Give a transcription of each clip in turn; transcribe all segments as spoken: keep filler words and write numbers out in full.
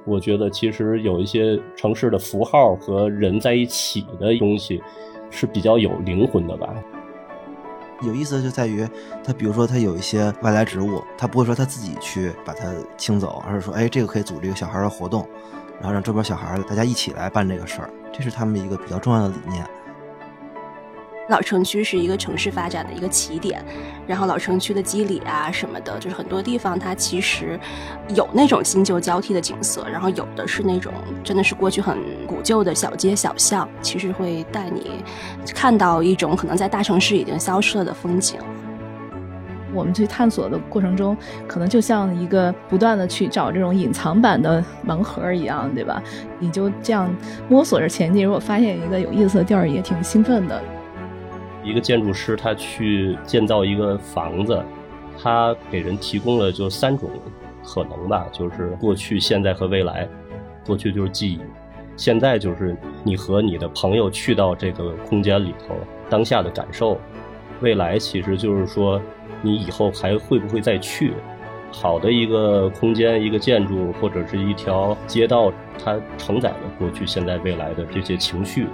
我觉得其实有一些城市的符号和人在一起的东西是比较有灵魂的吧。 有意思就在于他比如说他有一些外来植物，他不会说他自己去把它清走，而是说哎，这个可以组织一个小孩的活动，然后让周边小孩大家一起来办这个事儿，这是他们一个比较重要的理念。 老城区是一个城市发展的一个起点，然后老城区的肌理啊什么的，就是很多地方它其实有那种新旧交替的景色，然后有的是那种真的是过去很古旧的小街小巷，其实会带你看到一种可能在大城市已经消失了的风景。 我们去探索的过程中，可能就像一个不断的去找这种隐藏版的盲盒一样，对吧？你就这样摸索着前进，如果发现一个有意思的地儿，也挺兴奋的。 一个建筑师他去建造一个房子，他给人提供了就三种可能吧，就是过去、现在和未来。过去就是记忆，现在就是你和你的朋友去到这个空间里头当下的感受，未来其实就是说你以后还会不会再去。好的一个空间、一个建筑或者是一条街道，它承载了过去、现在、未来的这些情绪。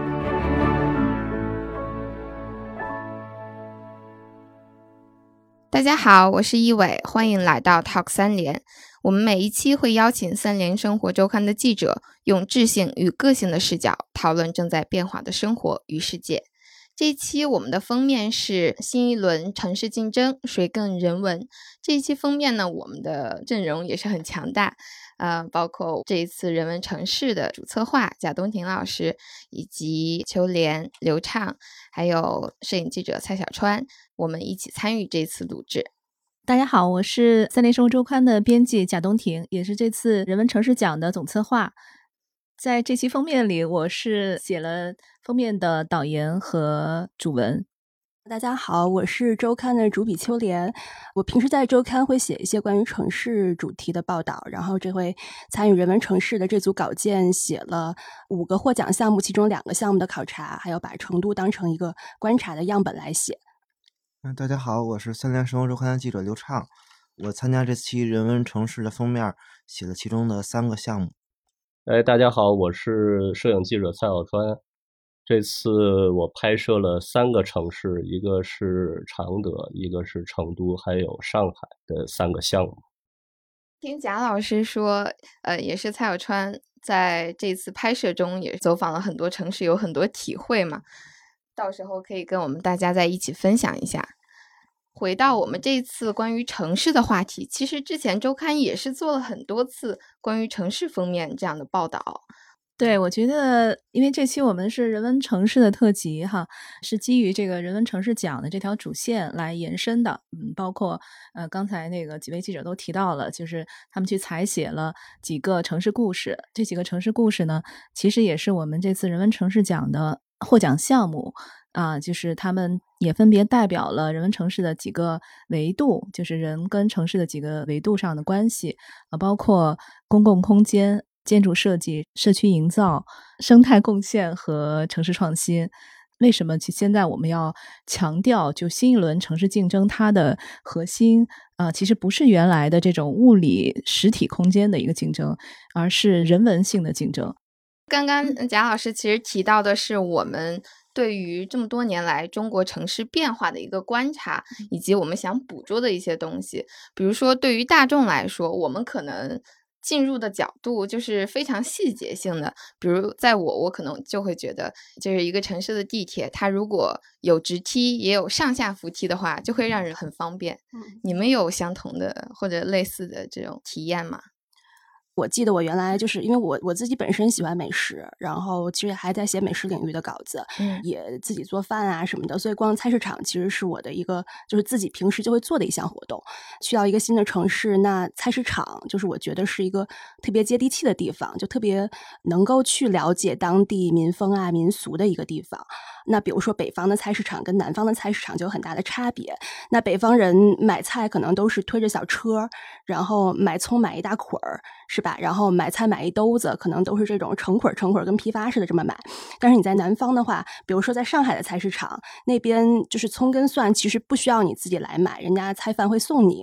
大家好，我是一伟，欢迎来到 Talk 三联。我们每一期会邀请三联生活周刊的记者，用智性与个性的视角讨论正在变化的生活与世界。这一期我们的封面是新一轮城市竞争，谁更人文。这一期封面呢，我们的阵容也是很强大，呃，包括这一次人文城市的主策划贾东亭老师，以及秋莲、刘畅，还有摄影记者蔡小川，我们一起参与这次录制。 大家好，我是三联生活周刊的编辑贾东亭，也是这次人文城市奖的总策划。在这期封面里，我是写了封面的导言和主文。 大家好，我是周刊的主笔秋莲。我平时在周刊会写一些关于城市主题的报道，然后这回参与人文城市的这组稿件，写了五个获奖项目，其中两个项目的考察，还有把成都当成一个观察的样本来写。 嗯，大家好，我是三联生活周刊的记者刘畅，我参加这期人文城市的封面，写了其中的三个项目。 哎，大家好，我是摄影记者蔡小川。这次我拍摄了三个城市，一个是常德，一个是成都，还有上海的三个项目。 听贾老师说，呃，也是蔡小川在这次拍摄中也走访了很多城市，有很多体会嘛，到时候可以跟我们大家在一起分享一下。回到我们这次关于城市的话题，其实之前周刊也是做了很多次关于城市封面这样的报道。 对，我觉得因为这期我们是人文城市的特辑哈，是基于这个人文城市奖的这条主线来延伸的。嗯，包括呃刚才那个几位记者都提到了，就是他们去采写了几个城市故事。这几个城市故事呢，其实也是我们这次人文城市奖的获奖项目啊，就是他们也分别代表了人文城市的几个维度，就是人跟城市的几个维度上的关系啊，包括公共空间、建筑设计、社区营造、生态贡献和城市创新。为什么现在我们要强调就新一轮城市竞争它的核心啊、呃，其实不是原来的这种物理实体空间的一个竞争，而是人文性的竞争。 刚刚贾老师其实提到的是我们对于这么多年来中国城市变化的一个观察，以及我们想捕捉的一些东西。比如说对于大众来说，我们可能进入的角度就是非常细节性的，比如在我我可能就会觉得，就是一个城市的地铁，它如果有直梯也有上下扶梯的话，就会让人很方便。嗯，你们有相同的或者类似的这种体验吗？ 我记得我原来就是因为我我自己本身喜欢美食，然后其实还在写美食领域的稿子，嗯，也自己做饭啊什么的，所以逛菜市场其实是我的一个就是自己平时就会做的一项活动。去到一个新的城市，那菜市场就是我觉得是一个特别接地气的地方，就特别能够去了解当地民风啊民俗的一个地方。那比如说北方的菜市场跟南方的菜市场就有很大的差别，那北方人买菜可能都是推着小车，然后买葱买一大捆儿，是吧？然后买菜买一兜子，可能都是这种成捆成捆跟批发似的这么买。但是你在南方的话，比如说在上海的菜市场那边，就是葱跟蒜其实不需要你自己来买，人家菜贩会送你。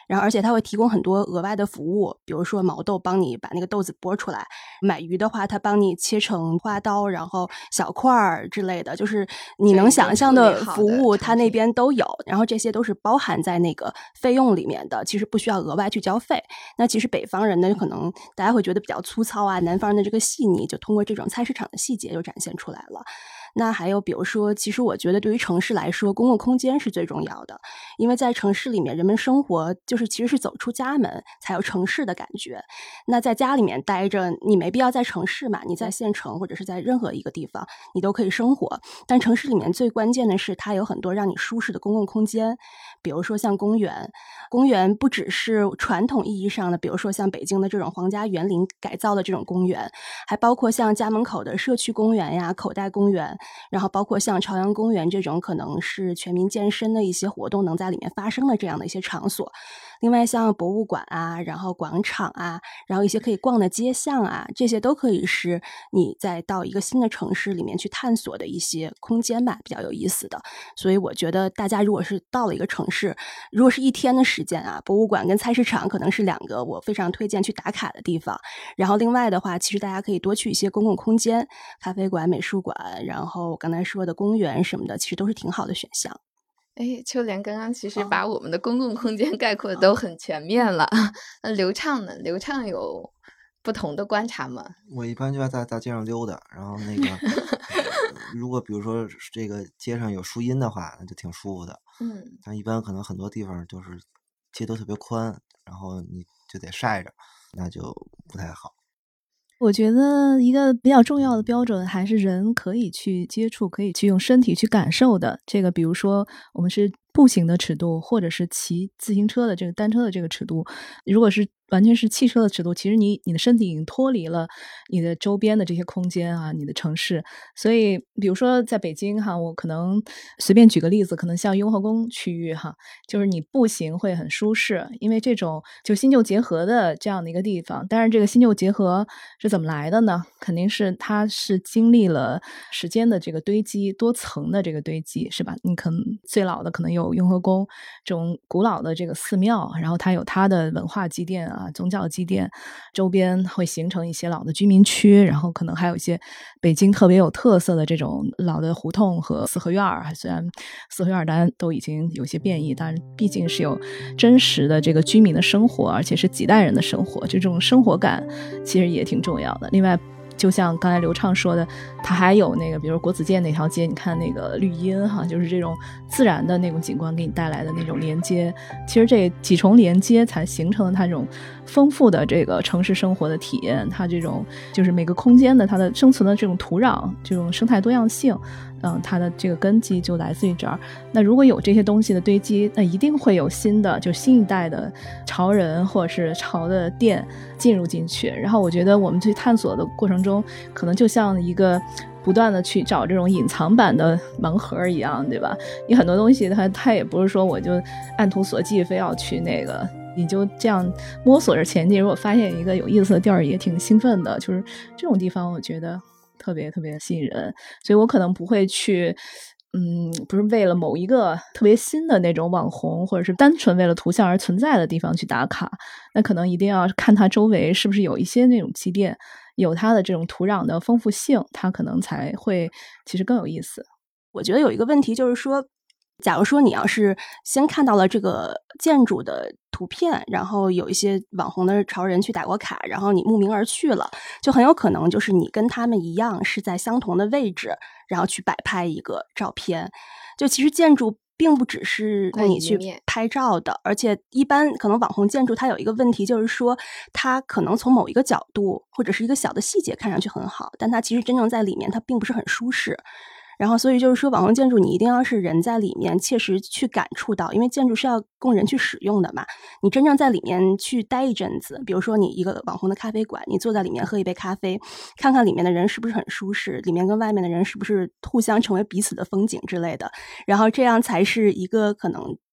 然后而且它会提供很多额外的服务，比如说毛豆帮你把那个豆子剥出来，买鱼的话它帮你切成花刀然后小块儿之类的，就是你能想象的服务它那边都有，然后这些都是包含在那个费用里面的，其实不需要额外去交费。那其实北方人呢可能大家会觉得比较粗糙啊，南方人的这个细腻就通过这种菜市场的细节就展现出来了。那还有比如说，其实我觉得对于城市来说，公共空间是最重要的，因为在城市里面人们生活就是其实是走出家门才有城市的感觉。那在家里面待着，你没必要在城市嘛，你在县城或者是在任何一个地方你都可以生活，但城市里面最关键的是它有很多让你舒适的公共空间，比如说像公园。公园不只是传统意义上的，比如说像北京的这种皇家园林改造的这种公园，还包括像家门口的社区公园呀、口袋公园，然后包括像朝阳公园这种可能是全民健身的一些活动能在里面发生的这样的一些场所。另外像博物馆啊，然后广场啊，然后一些可以逛的街巷啊，这些都可以是你在到一个新的城市里面去探索的一些空间吧，比较有意思的。所以我觉得大家如果是到了一个城市，如果是一天的时间啊，博物馆跟菜市场可能是两个我非常推荐去打卡的地方。然后另外的话，其实大家可以多去一些公共空间，咖啡馆、美术馆，然后我刚才说的公园什么的，其实都是挺好的选项。 哎，秋莲刚刚其实把我们的公共空间概括的都很全面了。那刘畅呢？刘畅有不同的观察吗？ 我一般就在大街上溜达，然后那个如果比如说这个街上有树荫的话，那就挺舒服的。 嗯， 但一般可能很多地方就是街都特别宽，然后你就得晒着，那就不太好。 我觉得一个比较重要的标准还是人可以去接触，可以去用身体去感受的。这个比如说我们是步行的尺度，或者是骑自行车的这个单车的这个尺度，如果是完全是汽车的尺度，其实你你的身体已经脱离了你的周边的这些空间啊，你的城市。所以比如说在北京哈，我可能随便举个例子，可能像雍和宫区域哈，就是你步行会很舒适，因为这种就新旧结合的这样的一个地方。但是这个新旧结合是怎么来的呢？肯定是它是经历了时间的这个堆积，多层的这个堆积，是吧？你可能最老的可能有雍和宫这种古老的这个寺庙，然后它有它的文化积淀啊，宗教积淀，周边会形成一些老的居民区，然后可能还有一些北京特别有特色的这种老的胡同和四合院儿。虽然四合院当然都已经有些变异，但毕竟是有真实的这个居民的生活，而且是几代人的生活，就这种生活感其实也挺重要的。另外就像刚才刘畅说的，它还有那个比如国子监那条街，你看那个绿荫哈，就是这种自然的那种景观给你带来的那种连接，其实这几重连接才形成了它这种丰富的这个城市生活的体验。它这种就是每个空间的它的生存的这种土壤，这种生态多样性，嗯，它的这个根基就来自于这儿。那如果有这些东西的堆积，那一定会有新的就新一代的潮人或者是潮的店进入进去。然后我觉得我们去探索的过程中，可能就像一个不断的去找这种隐藏版的盲盒一样，对吧？你很多东西它它也不是说我就按图索骥非要去那个，你就这样摸索着前进。如果发现一个有意思的地儿，也挺兴奋的。就是这种地方我觉得特别特别吸引人，所以我可能不会去嗯，不是为了某一个特别新的那种网红，或者是单纯为了图像而存在的地方去打卡，那可能一定要看它周围是不是有一些那种积淀，有它的这种土壤的丰富性，它可能才会其实更有意思。 我觉得有一个问题就是说，假如说你要是先看到了这个建筑的图片，然后有一些网红的潮人去打过卡，然后你慕名而去了，就很有可能就是你跟他们一样是在相同的位置，然后去摆拍一个照片。就其实建筑并不只是让你去拍照的，而且一般可能网红建筑它有一个问题，就是说它可能从某一个角度或者是一个小的细节看上去很好，但它其实真正在里面它并不是很舒适。然后所以就是说网红建筑你一定要是人在里面切实去感触到，因为建筑是要供人去使用的嘛，你真正在里面去待一阵子，比如说你一个网红的咖啡馆，你坐在里面喝一杯咖啡，看看里面的人是不是很舒适，里面跟外面的人是不是互相成为彼此的风景之类的，然后这样才是一个可能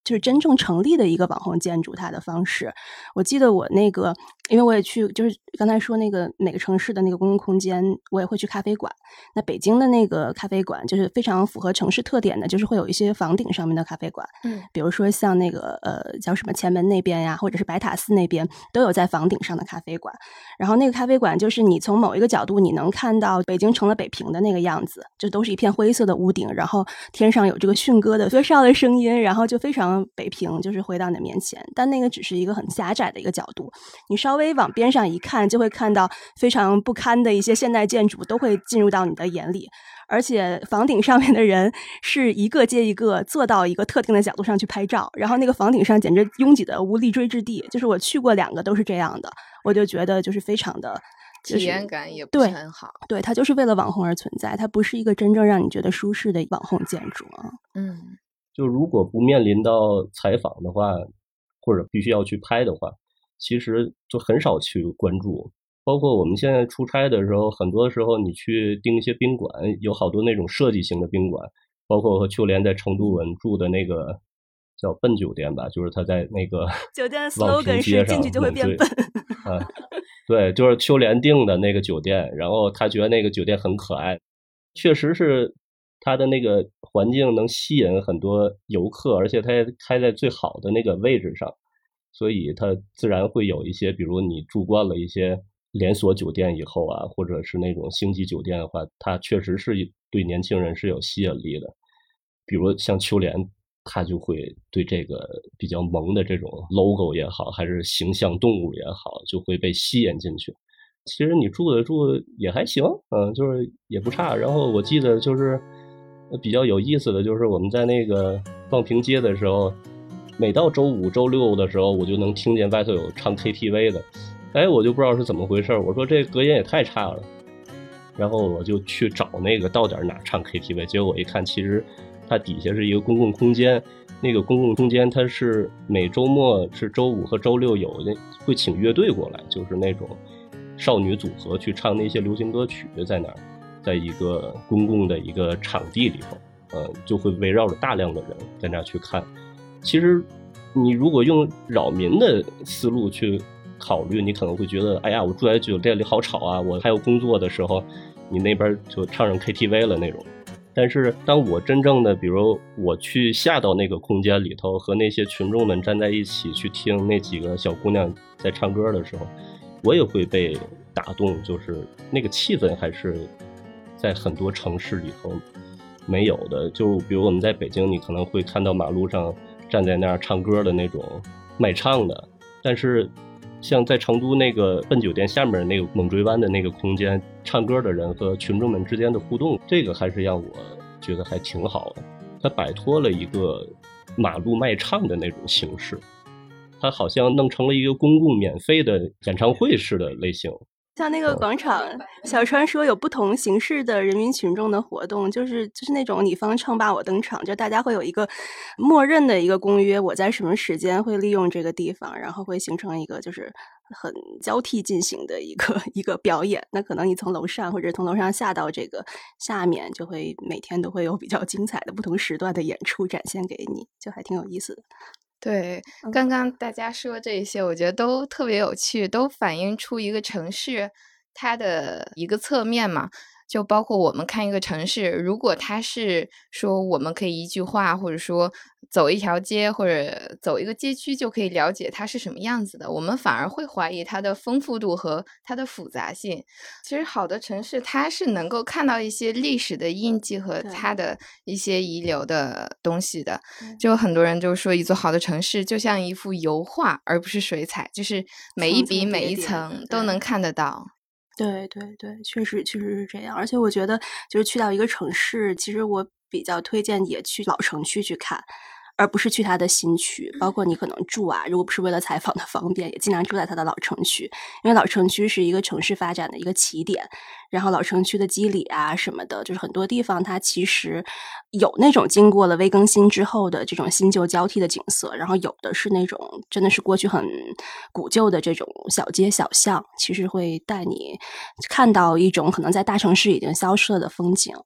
就是真正成立的一个网红建筑，它的方式。我记得我那个，因为我也去，就是刚才说那个每个城市的那个公共空间，我也会去咖啡馆。那北京的那个咖啡馆就是非常符合城市特点的，就是会有一些房顶上面的咖啡馆，嗯，比如说像那个呃叫什么前门那边呀，或者是白塔寺那边都有在房顶上的咖啡馆。然后那个咖啡馆就是你从某一个角度你能看到北京成了北平的那个样子，就都是一片灰色的屋顶，然后天上有这个驯鸽的歌哨的声音，然后就非常北平，就是回到你的面前。但那个只是一个很狭窄的一个角度，你稍微往边上一看，就会看到非常不堪的一些现代建筑都会进入到你的眼里。而且房顶上面的人是一个接一个坐到一个特定的角度上去拍照，然后那个房顶上简直拥挤的无立锥之地，就是我去过两个都是这样的，我就觉得就是非常的、就是、 体验感也不是很好。 对，它就是为了网红而存在，它不是一个真正让你觉得舒适的网红建筑啊。 嗯， 就如果不面临到采访的话，或者必须要去拍的话，其实就很少去关注。包括我们现在出差的时候，很多时候你去订一些宾馆，有好多那种设计型的宾馆，包括和秋莲在成都文住的那个叫笨酒店吧，就是他在那个酒店的 slogan 是进去就会变笨啊，对，就是秋莲订的那个酒店，然后他觉得那个酒店很可爱，确实是他的那个环境能吸引很多游客，而且他也开在最好的那个位置上，所以他自然会有一些，比如你住惯了一些连锁酒店以后啊，或者是那种星级酒店的话，它确实是对年轻人是有吸引力的。比如像秋莲，他就会对这个比较萌的这种 logo 也好，还是形象动物也好，就会被吸引进去。其实你住的住也还行，嗯，就是也不差。然后我记得就是比较有意思的就是我们在那个望平街的时候，每到周五周六的时候，我就能听见外头有唱 K T V 的。哎，我就不知道是怎么回事，我说这隔音也太差了，然后我就去找那个到底哪唱 K T V， 结果我一看，其实它底下是一个公共空间，那个公共空间它是每周末是周五和周六有那会请乐队过来，就是那种少女组合去唱那些流行歌曲，在哪儿，在一个公共的一个场地里头，呃，就会围绕着大量的人在那儿去看。其实你如果用扰民的思路去考虑，你可能会觉得，哎呀，我住在酒店里好吵啊，我还有工作的时候，你那边就唱上 K T V 了那种。但是当我真正的，比如我去下到那个空间里头，和那些群众们站在一起去听那几个小姑娘在唱歌的时候，我也会被打动，就是那个气氛还是在很多城市里头没有的。就比如我们在北京，你可能会看到马路上站在那儿唱歌的那种卖唱的，但是像在成都那个笨酒店下面那个猛追湾的那个空间，唱歌的人和群众们之间的互动，这个还是让我觉得还挺好的。它摆脱了一个马路卖唱的那种形式，它好像弄成了一个公共免费的演唱会式的类型。 像那个广场，小川说有不同形式的人民群众的活动，就是就是那种你方唱罢我登场，就大家会有一个默认的一个公约，我在什么时间会利用这个地方，然后会形成一个就是很交替进行的一个一个表演。那可能你从楼上或者从楼上下到这个下面，就会每天都会有比较精彩的不同时段的演出展现给你，就还挺有意思的。 对，刚刚大家说这些，我觉得都特别有趣，都反映出一个城市它的一个侧面嘛。就包括我们看一个城市，如果它是说我们可以一句话，或者说走一条街或者走一个街区就可以了解它是什么样子的，我们反而会怀疑它的丰富度和它的复杂性。其实好的城市它是能够看到一些历史的印记和它的一些遗留的东西的。就很多人就说一座好的城市就像一幅油画而不是水彩，就是每一笔每一层都能看得到。 对对对，确实确实是这样。而且我觉得就是去到一个城市，其实我比较推荐也去老城区去看，而不是去它的新区。包括你可能住啊，如果不是为了采访的方便，也尽量住在它的老城区，因为老城区是一个城市发展的一个起点。然后老城区的基里啊什么的，就是很多地方它其实有那种经过了微更新之后的这种新旧交替的景色，然后有的是那种真的是过去很古旧的这种小街小巷，其实会带你看到一种可能在大城市已经消失了的风景啊。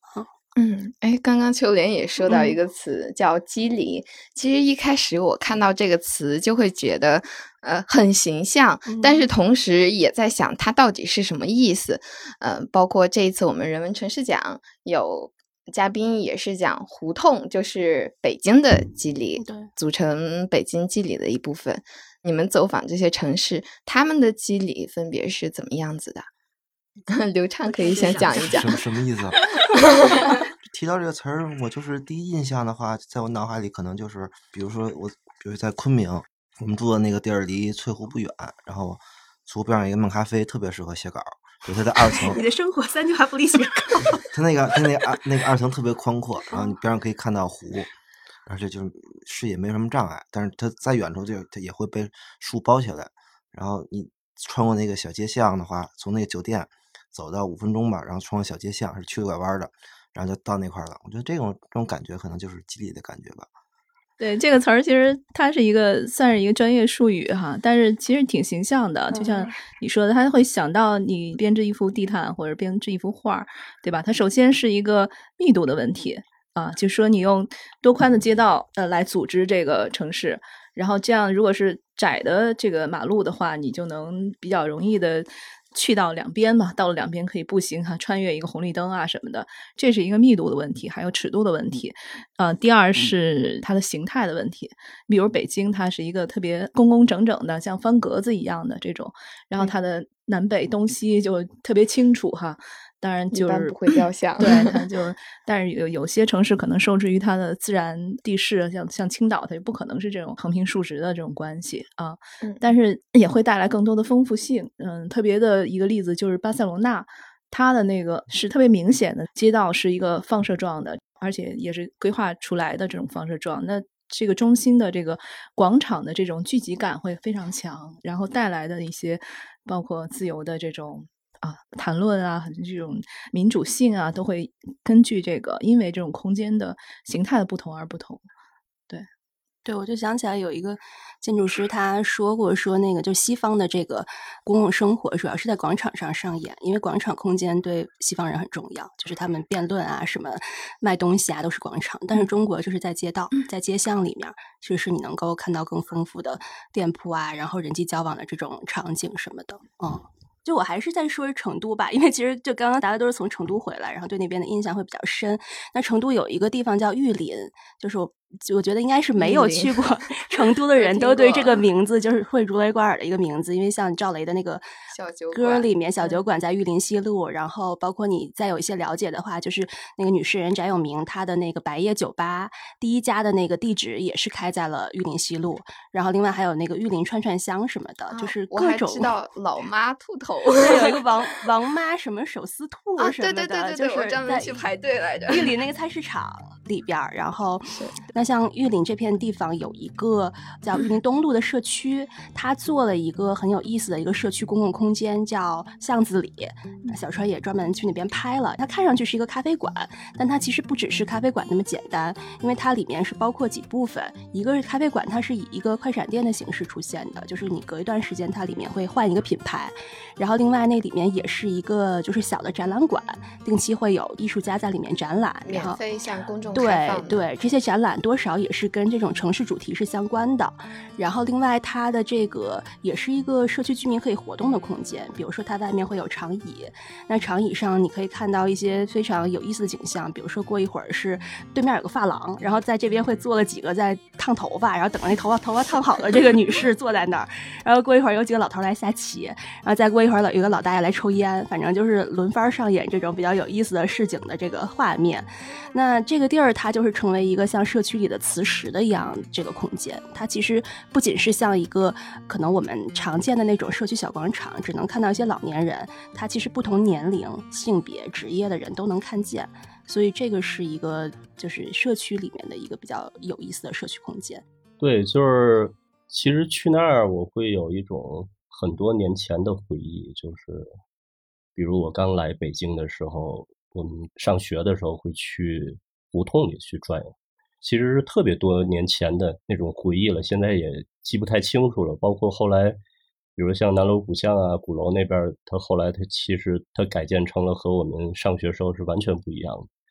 嗯，哎，刚刚秋莲也说到一个词、嗯、叫肌理。其实一开始我看到这个词就会觉得呃很形象、嗯、但是同时也在想它到底是什么意思。呃，包括这一次我们人文城市奖有嘉宾也是讲胡同就是北京的肌理，组成北京肌理的一部分。你们走访这些城市，他们的肌理分别是怎么样子的？刘畅可以先讲一讲。 什么什么意思？提到这个词儿，我就是第一印象的话，在我脑海里可能就是，比如说我，比如在昆明，我们住的那个地儿离翠湖不远，然后翠湖边上有一个漫咖啡，特别适合写稿。就它在二层， 你的生活三句话不离写稿。 它那个它那个二那个二层特别宽阔，然后你边上可以看到湖，而且就是视野没什么障碍。但是它在远处就它也会被树包起来，然后你穿过那个小街巷的话，从那个酒店走到五分钟吧，然后穿过小街巷是曲拐弯的，然后就到那块了。我觉得这种这种感觉可能就是肌理的感觉吧。 对，这个词儿其实它是一个算是一个专业术语哈，但是其实挺形象的。就像你说的，他会想到你编织一幅地毯或者编织一幅画，对吧？它首先是一个密度的问题啊，就说你用多宽的街道呃来组织这个城市，然后这样如果是窄的这个马路的话，你就能比较容易的去到两边嘛，到了两边可以步行哈、啊，穿越一个红绿灯啊什么的，这是一个密度的问题，还有尺度的问题。呃，第二是它的形态的问题，比如北京它是一个特别工工整整的，像方格子一样的这种，然后它的南北东西就特别清楚哈。当然就是一般不会掉相， 对，它就，但是有有些城市可能受制于它的自然地势，像像青岛，它就不可能是这种横平竖直的这种关系啊。 嗯， 但是也会带来更多的丰富性。嗯，特别的一个例子就是巴塞罗那，它的那个是特别明显的街道是一个放射状的，而且也是规划出来的这种放射状。那这个中心的这个广场的这种聚集感会非常强，然后带来的一些包括自由的这种。啊，谈论啊，这种民主性啊，都会根据这个，因为这种空间的形态的不同而不同。对， 对，我就想起来有一个建筑师他说过，说那个就西方的这个公共生活主要是在广场上上演，因为广场空间对西方人很重要，就是他们辩论啊，什么卖东西啊都是广场。但是中国就是在街道，在街巷里面，其实是你能够看到更丰富的店铺啊，然后人际交往的这种场景什么的，嗯。就我还是在说成都吧，因为其实就刚刚大家都是从成都回来，然后对那边的印象会比较深。那成都有一个地方叫玉林，就是我我觉得应该是没有去过成都的人都对这个名字就是会如雷贯耳的一个名字，因为像赵雷的那个歌里面小酒馆在玉林西路，然后包括你再有一些了解的话，就是那个女诗人翟永明她的那个白夜酒吧第一家的那个地址也是开在了玉林西路，然后另外还有那个玉林串串香什么的，啊、就是各种。 我还知道老妈兔头， 对，有一个王王妈什么手撕兔什么的， 啊、对对对对对， 就是我专门去排队来着。 玉林那个菜市场里边，然后那像玉林这片地方有一个叫玉林东路的社区，它做了一个很有意思的一个社区公共空间，叫巷子里。小川也专门去那边拍了，它看上去是一个咖啡馆，但它其实不只是咖啡馆那么简单，因为它里面是包括几部分。一个是咖啡馆，它是以一个快闪店的形式出现的，就是你隔一段时间它里面会换一个品牌，然后另外那里面也是一个就是小的展览馆，定期会有艺术家在里面展览， 免费向公众开放的。对对，这些展览多少也是跟这种城市主题是相关的。然后另外它的这个也是一个社区居民可以活动的空间，比如说它外面会有长椅，那长椅上你可以看到一些非常有意思的景象，比如说过一会儿是对面有个发廊，然后在这边会坐了几个在烫头发，然后等着那头发头发烫好了这个女士坐在那儿，然后过一会儿有几个老头来下棋，然后再过一会儿有一个老大爷来抽烟，反正就是轮番上演这种比较有意思的市井的这个画面。那这个地儿它就是成为一个像社区里的磁石的一样这个空间，它其实不仅是像一个可能我们常见的那种社区小广场只能看到一些老年人，它其实不同年龄性别职业的人都能看见，所以这个是一个就是社区里面的一个比较有意思的社区空间。 对，就是其实去那儿我会有一种很多年前的回忆，就是比如我刚来北京的时候，我们上学的时候会去胡同里去转悠，其实是特别多年前的那种回忆了，现在也记不太清楚了。包括后来比如像南锣鼓巷啊鼓楼那边，它后来它其实它改建成了和我们上学时候是完全不一样的，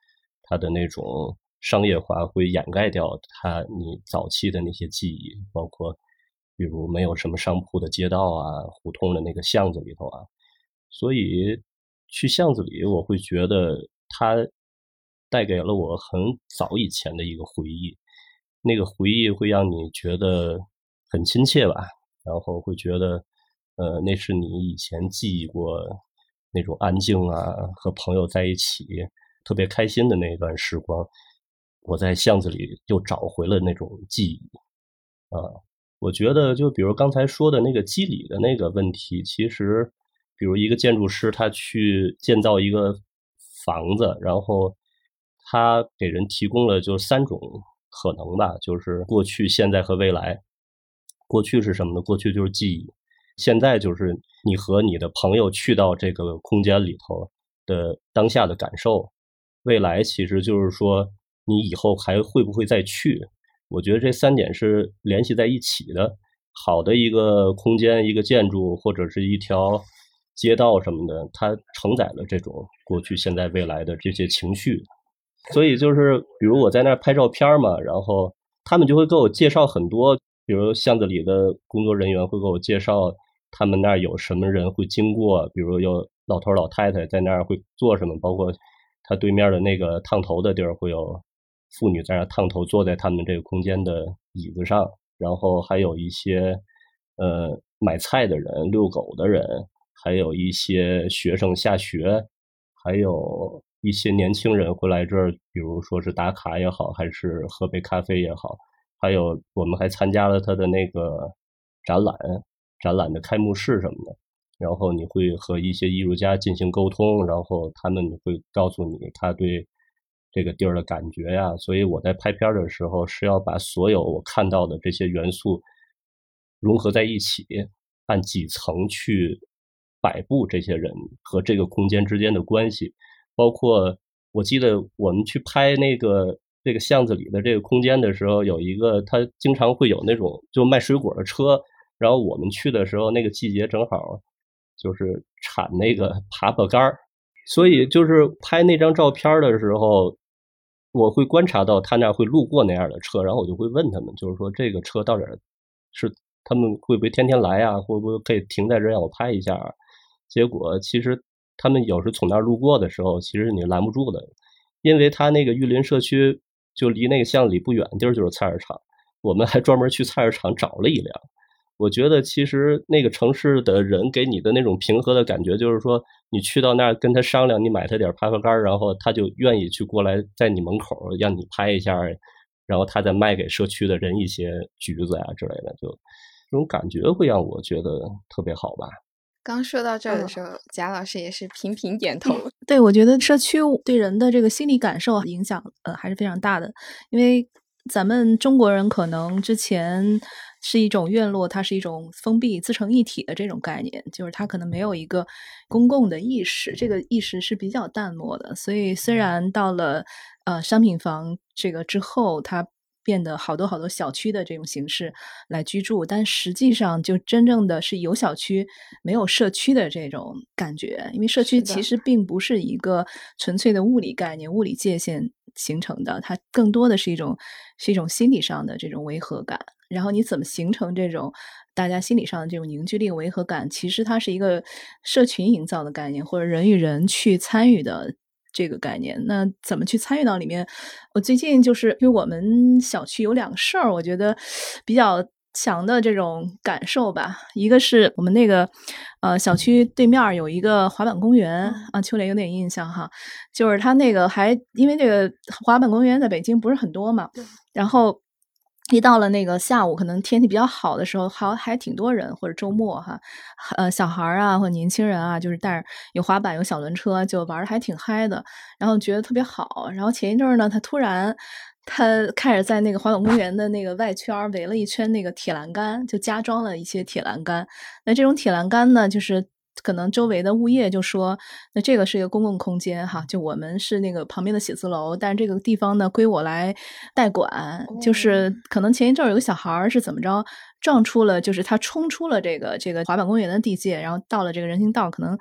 它的那种商业化会掩盖掉它你早期的那些记忆，包括比如没有什么商铺的街道啊，胡同的那个巷子里头啊，所以去巷子里我会觉得它带给了我很早以前的一个回忆，那个回忆会让你觉得很亲切吧，然后会觉得呃，那是你以前记忆过那种安静啊，和朋友在一起特别开心的那段时光，我在巷子里又找回了那种记忆啊。我觉得就比如刚才说的那个肌理的那个问题，其实比如一个建筑师他去建造一个房子，然后他给人提供了就三种可能吧，就是过去、现在和未来。过去是什么呢？过去就是记忆，现在就是你和你的朋友去到这个空间里头的当下的感受，未来其实就是说你以后还会不会再去。我觉得这三点是联系在一起的。好的一个空间、一个建筑或者是一条街道什么的，它承载了这种过去、现在、未来的这些情绪。所以就是比如我在那儿拍照片嘛，然后他们就会给我介绍很多，比如巷子里的工作人员会给我介绍他们那儿有什么人会经过，比如有老头老太太在那儿会做什么，包括他对面的那个烫头的地儿会有妇女在那儿烫头，坐在他们这个空间的椅子上，然后还有一些呃买菜的人、遛狗的人，还有一些学生下学，还有一些年轻人会来这儿，比如说是打卡也好，还是喝杯咖啡也好，还有我们还参加了他的那个展览展览的开幕式什么的，然后你会和一些艺术家进行沟通，然后他们会告诉你他对这个地儿的感觉呀。所以我在拍片的时候是要把所有我看到的这些元素融合在一起，按几层去摆布这些人和这个空间之间的关系。包括我记得我们去拍那个这个巷子里的这个空间的时候，有一个他经常会有那种就卖水果的车，然后我们去的时候那个季节正好就是产那个枇杷干，所以就是拍那张照片的时候，我会观察到他那会路过那样的车，然后我就会问他们，就是说这个车到底是他们会不会天天来啊，会不会可以停在这让我拍一下啊。结果其实他们有时从那儿路过的时候，其实你拦不住的，因为他那个玉林社区就离那个巷子里不远地儿就是菜市场，我们还专门去菜市场找了一辆。我觉得其实那个城市的人给你的那种平和的感觉，就是说你去到那儿跟他商量，你买他点枇杷干，然后他就愿意去过来在你门口让你拍一下，然后他再卖给社区的人一些橘子啊之类的，就这种感觉会让我觉得特别好吧。 刚说到这儿的时候，嗯、贾老师也是频频点头。 对，我觉得社区对人的这个心理感受影响呃还是非常大的，因为咱们中国人可能之前是一种院落，它是一种封闭自成一体的这种概念，就是它可能没有一个公共的意识，这个意识是比较淡漠的。所以虽然到了呃商品房这个之后，它变得好多好多小区的这种形式来居住，但实际上就真正的是有小区没有社区的这种感觉，因为社区其实并不是一个纯粹的物理概念、物理界限形成的，它更多的是一种是一种心理上的这种违和感。然后你怎么形成这种大家心理上的这种凝聚力、违和感，其实它是一个社群营造的概念，或者人与人去参与的这个概念。那怎么去参与到里面？我最近就是因为我们小区有两个事儿，我觉得比较强的这种感受吧。一个是我们那个呃小区对面有一个滑板公园、嗯、啊，秋莲有点印象哈，就是它那个还因为这个滑板公园在北京不是很多嘛，然后一到了那个下午，可能天气比较好的时候，还还挺多人，或者周末哈，呃，小孩啊或者年轻人啊，就是带着有滑板有小轮车，就玩的还挺嗨的，然后觉得特别好。然后前一阵呢，他突然他开始在那个滑板公园的那个外圈围了一圈那个铁栏杆，就加装了一些铁栏杆。那这种铁栏杆呢，就是可能周围的物业就说，那这个是一个公共空间哈，就我们是那个旁边的写字楼，但是这个地方呢归我来代管、哦、就是可能前一阵有个小孩是怎么着撞出了，就是他冲出了这个这个滑板公园的地界，然后到了这个人行道，可能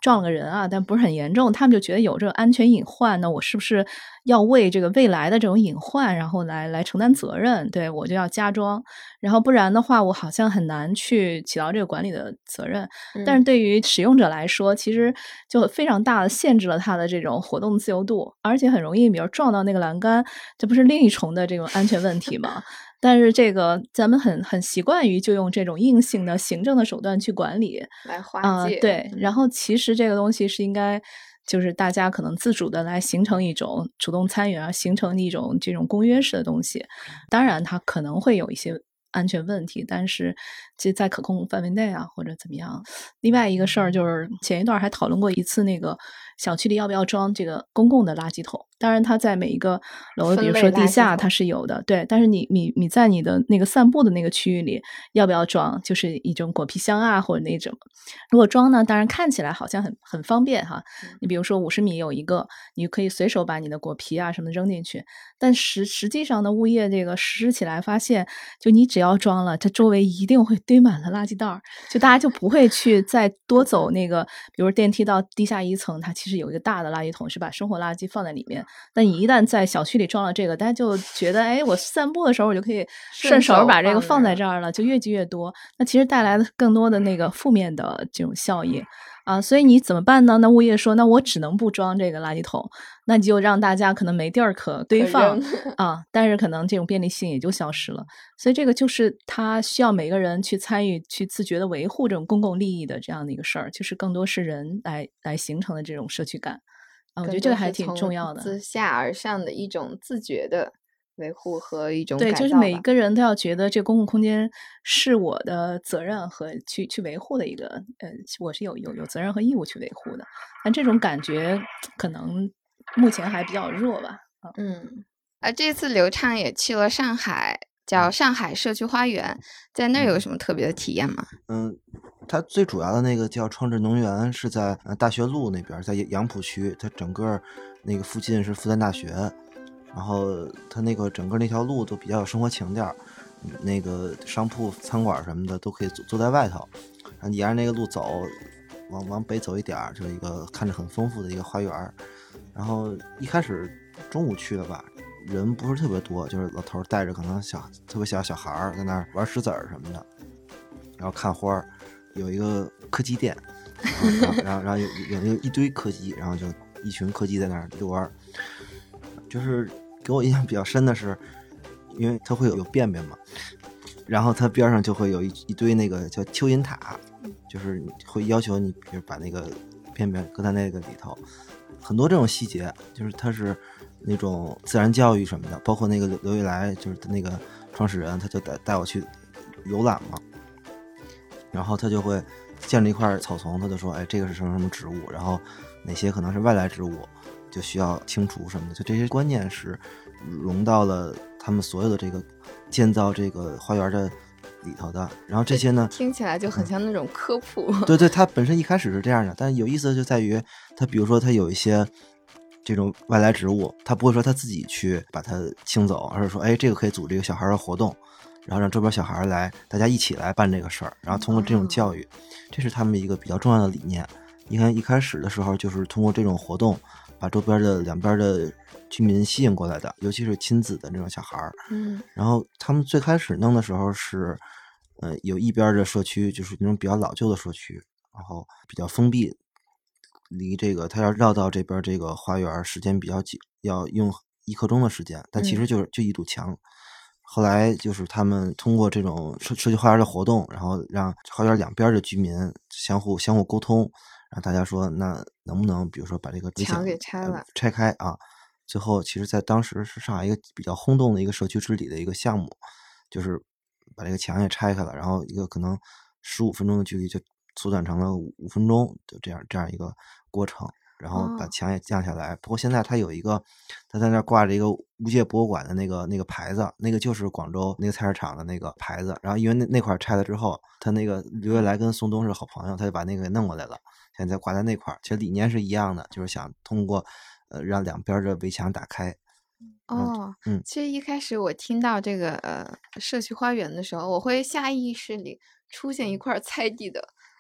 撞了个人啊，但不是很严重，他们就觉得有这个安全隐患，那我是不是要为这个未来的这种隐患，然后来来承担责任？对，我就要加装，然后不然的话，我好像很难去起到这个管理的责任。 嗯、 但是对于使用者来说，其实就非常大的限制了他的这种活动自由度，而且很容易，比如撞到那个栏杆，这不是另一重的这种安全问题吗？但是这个咱们很很习惯于就用这种硬性的行政的手段去管理来化呃、 解， 对， 嗯、 然后其实这个东西是应该就是大家可能自主的来形成一种主动参与啊，形成一种这种公约式的东西。当然它可能会有一些安全问题，但是其实在可控范围内啊，或者怎么样。另外一个事儿就是前一段还讨论过一次那个小区里要不要装这个公共的垃圾桶。当然它在每一个楼比如说地下它是有的，对，但是你你你在你的那个散步的那个区域里要不要装，就是一种果皮箱啊或者那种。如果装呢，当然看起来好像很很方便哈，你比如说五十米有一个，你可以随手把你的果皮啊什么扔进去，但实实际上呢，物业这个实施起来发现，就你只要装了，它周围一定会堆满了垃圾袋，就大家就不会去再多走那个，比如电梯到地下一层，它其实有一个大的垃圾桶是把生活垃圾放在里面，但你一旦在小区里装了这个，大家就觉得哎，我散步的时候我就可以顺手把这个放在这儿了，就越积越多，那其实带来的更多的那个负面的这种效应啊，所以你怎么办呢？那物业说，那我只能不装这个垃圾桶，那你就让大家可能没地儿可堆放啊，但是可能这种便利性也就消失了。所以这个就是他需要每个人去参与、去自觉的维护这种公共利益的这样的一个事儿，就是更多是人来来形成的这种社区感啊，我觉得这个还挺重要的， 自下而上的一种自觉的维护和一种对， 改造就是每一个人都要觉得这个公共空间是我的责任和去去维护的一个，呃，我是有有有责任和义务去维护的。但这种感觉可能目前还比较弱吧。 嗯，而这次刘畅也去了上海，叫上海社区花园，在那儿有什么特别的体验吗？ 嗯，它最主要的那个叫创智农园是在大学路那边，在杨浦区，它整个那个附近是复旦大学。然后它那个整个那条路都比较有生活情调，那个商铺餐馆什么的都可以坐坐在外头，然后沿着那个路走，往往北走一点，就是一个看着很丰富的一个花园。然后一开始中午去的吧，人不是特别多，就是老头带着可能小特别小小孩在那儿玩石子儿什么的，然后看花，有一个柯基店，然后然后然后有有有一堆柯基，然后就一群柯基在那儿遛弯，就是给我印象比较深的是，因为它会有有便便嘛，然后它边上就会有一一堆那个叫蚯蚓塔，就是会要求你比如把那个便便搁在那个里头，很多这种细节，就是它是那种自然教育什么的，包括那个刘刘玉来就是那个创始人，他就带带我去游览嘛，然后他就会见着一块草丛，他就说，哎，这个是什么什么植物，然后哪些可能是外来植物，就需要清除什么的，就这些观念是融到了他们所有的这个建造这个花园的里头的。然后这些呢， 听起来就很像那种科普。 嗯、对对，它本身一开始是这样的，但是有意思的就在于，它比如说它有一些这种外来植物，它不会说它自己去把它清走，而是说，哎，这个可以组织一个小孩的活动，然后让周边小孩来，大家一起来办这个事儿，然后通过这种教育，哦、这是他们一个比较重要的理念。你看一开始的时候，就是通过这种活动，把周边的两边的居民吸引过来的，尤其是亲子的那种小孩儿。 嗯， 然后他们最开始弄的时候是，呃，有一边的社区就是那种比较老旧的社区，然后比较封闭，离这个他要绕到这边这个花园时间比较久，要用一刻钟的时间，但其实就是就一堵墙。嗯，后来就是他们通过这种社社区花园的活动，然后让花园两边的居民相互相互沟通，然后大家说那能不能比如说把这个墙给拆了， 呃、拆开啊？最后其实在当时是上海一个比较轰动的一个社区治理的一个项目，就是把这个墙也拆开了，然后一个可能十五分钟的距离就缩短成了五分钟，就这样这样一个过程。然后把墙也降下来，不过现在它有一个，它在那挂着一个无界博物馆的那个那个牌子，那个就是广州那个菜市场的那个牌子。然后因为那那块拆了之后，他那个刘月来跟宋冬是好朋友，他就把那个给弄过来了，现在挂在那块，其实理念是一样的，就是想通过呃让两边的围墙打开。 哦，嗯，其实一开始我听到这个呃社区花园的时候，我会下意识里出现一块菜地的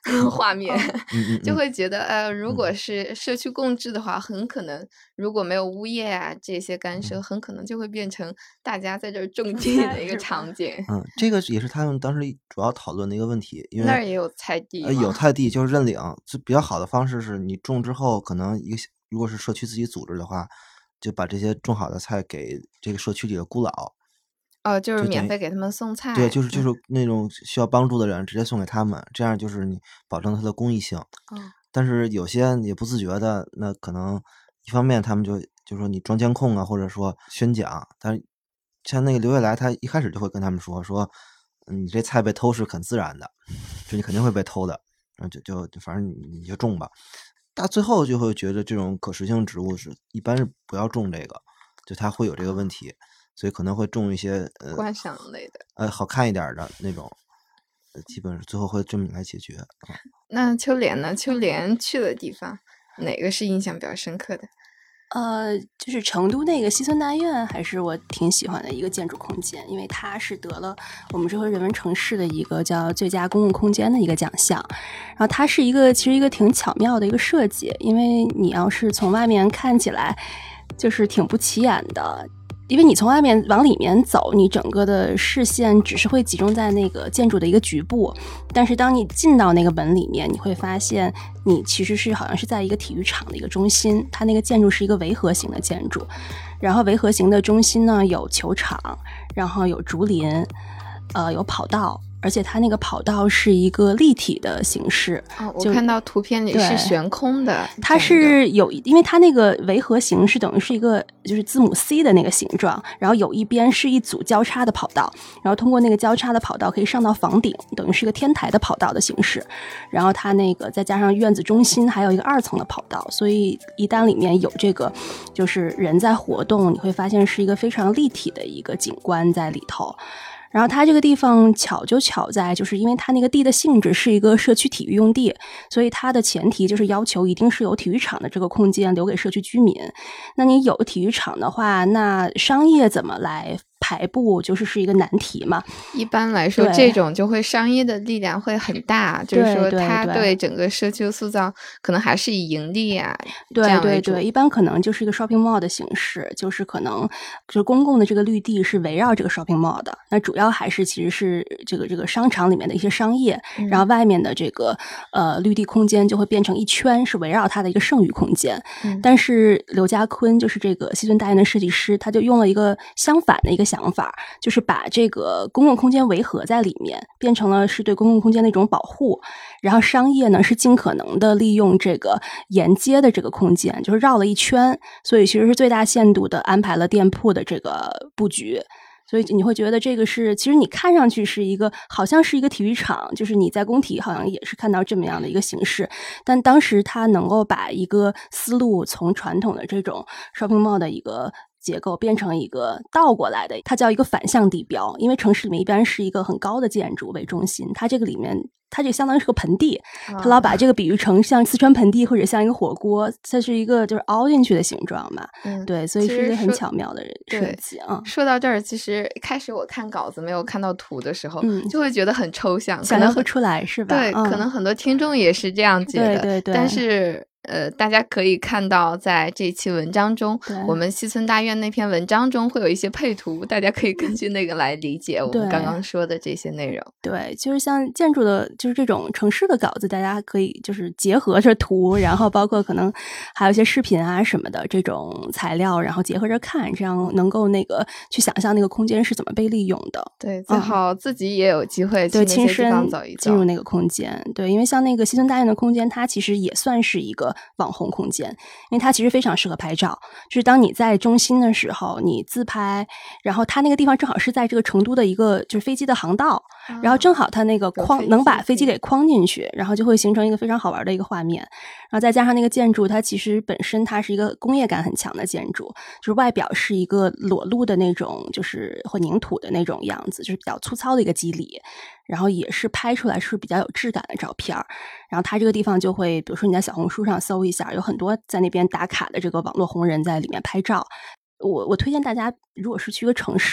画面， 嗯嗯就会觉得呃，如果是社区共治的话，很可能如果没有物业啊这些干涉，很可能就会变成大家在这儿种地的一个场景。 嗯，这个也是他们当时主要讨论的一个问题，因为那儿也有菜地， 呃，有菜地就是认领，就比较好的方式是你种之后，可能一个如果是社区自己组织的话，就把这些种好的菜给这个社区里的孤老。 哦，就是免费给他们送菜。 对，就是就是那种需要帮助的人直接送给他们，这样就是你保证它的公益性。 哦， 但是有些也不自觉的，那可能一方面他们就就说你装监控啊，或者说宣讲，但像那个刘月来，他一开始就会跟他们说说，你这菜被偷是很自然的，就你肯定会被偷的，然后就就反正你你就种吧。到最后就会觉得这种可食性植物是一般是不要种这个，就它会有这个问题。所以可能会种一些呃观赏类的， 呃好看一点的那种，呃，基本上最后会这么来解决。嗯、 那秋莲呢？秋莲去的地方哪个是印象比较深刻的？ 呃，就是成都那个西村大院，还是我挺喜欢的一个建筑空间，因为它是得了我们这回人文城市的一个叫最佳公共空间的一个奖项。然后它是一个其实一个挺巧妙的一个设计，因为你要是从外面看起来就是挺不起眼的。因为你从外面往里面走，你整个的视线只是会集中在那个建筑的一个局部，但是当你进到那个门里面，你会发现你其实是好像是在一个体育场的一个中心，它那个建筑是一个围合型的建筑，然后围合型的中心呢有球场，然后有竹林，呃，有跑道。而且它那个跑道是一个立体的形式。 哦，我看到图片里是悬空的。 它是有，因为它那个围合形是等于是一个就是字母 C 的那个形状，然后有一边是一组交叉的跑道，然后通过那个交叉的跑道可以上到房顶，等于是一个天台的跑道的形式。然后它那个再加上院子中心还有一个二层的跑道，所以一旦里面有这个就是人在活动，你会发现是一个非常立体的一个景观在里头。然后它这个地方巧就巧在，就是因为它那个地的性质是一个社区体育用地，所以它的前提就是要求一定是有体育场的这个空间留给社区居民。那你有体育场的话，那商业怎么来排布就是是一个难题嘛。 一般来说这种就会商业的力量会很大，就是说它对整个社区的塑造可能还是以盈利啊对对对，一般可能就是一个 shopping mall 的形式，就是可能就是公共的这个绿地是围绕这个 shopping mall 的，那主要还是其实是这个这个商场里面的一些商业， 嗯、 然后外面的这个呃绿地空间就会变成一圈是围绕它的一个剩余空间。 嗯、 但是刘家坤就是这个西村大院的设计师，他就用了一个相反的一个想法，就是把这个公共空间围合在里面，变成了是对公共空间的一种保护，然后商业呢是尽可能的利用这个沿街的这个空间，就是绕了一圈，所以其实是最大限度的安排了店铺的这个布局。所以你会觉得这个是，其实你看上去是一个好像是一个体育场，就是你在工体好像也是看到这么样的一个形式，但当时它能够把一个思路从传统的这种 shopping mall 的一个结构变成一个倒过来的，它叫一个反向地标。因为城市里面一般是一个很高的建筑为中心，它这个里面它这相当于是个盆地，它老把这个比喻成像四川盆地或者像一个火锅，它是一个就是凹进去的形状嘛。 嗯， 对，所以是一个很巧妙的设计啊。 说到这儿，其实开始我看稿子没有看到图的时候， 嗯、 就会觉得很抽象， 想象不出来是吧？ 对、 嗯， 可能很多听众也是这样觉得。 对对对， 但是。呃，大家可以看到，在这期文章中，我们西村大院那篇文章中会有一些配图，大家可以根据那个来理解我们刚刚说的这些内容。 对，就是像建筑的，就是这种城市的稿子，大家可以就是结合着图，然后包括可能还有一些视频啊什么的这种材料，然后结合着看，这样能够那个去想象那个空间是怎么被利用的。 对，最好自己也有机会去对亲身走一走， 进入那个空间。对，因为像那个西村大院的空间，它其实也算是一个网红空间，因为它其实非常适合拍照。就是当你在中心的时候，你自拍，然后它那个地方正好是在这个成都的一个就是飞机的航道，啊、然后正好它那个框能把飞机给框进去，然后就会形成一个非常好玩的一个画面。然后再加上那个建筑，它其实本身它是一个工业感很强的建筑，就是外表是一个裸露的那种，就是混凝土的那种样子，就是比较粗糙的一个肌理。然后也是拍出来是比较有质感的照片，然后它这个地方就会，比如说你在小红书上搜一下，有很多在那边打卡的这个网络红人在里面拍照。我我推荐大家，如果是去一个城市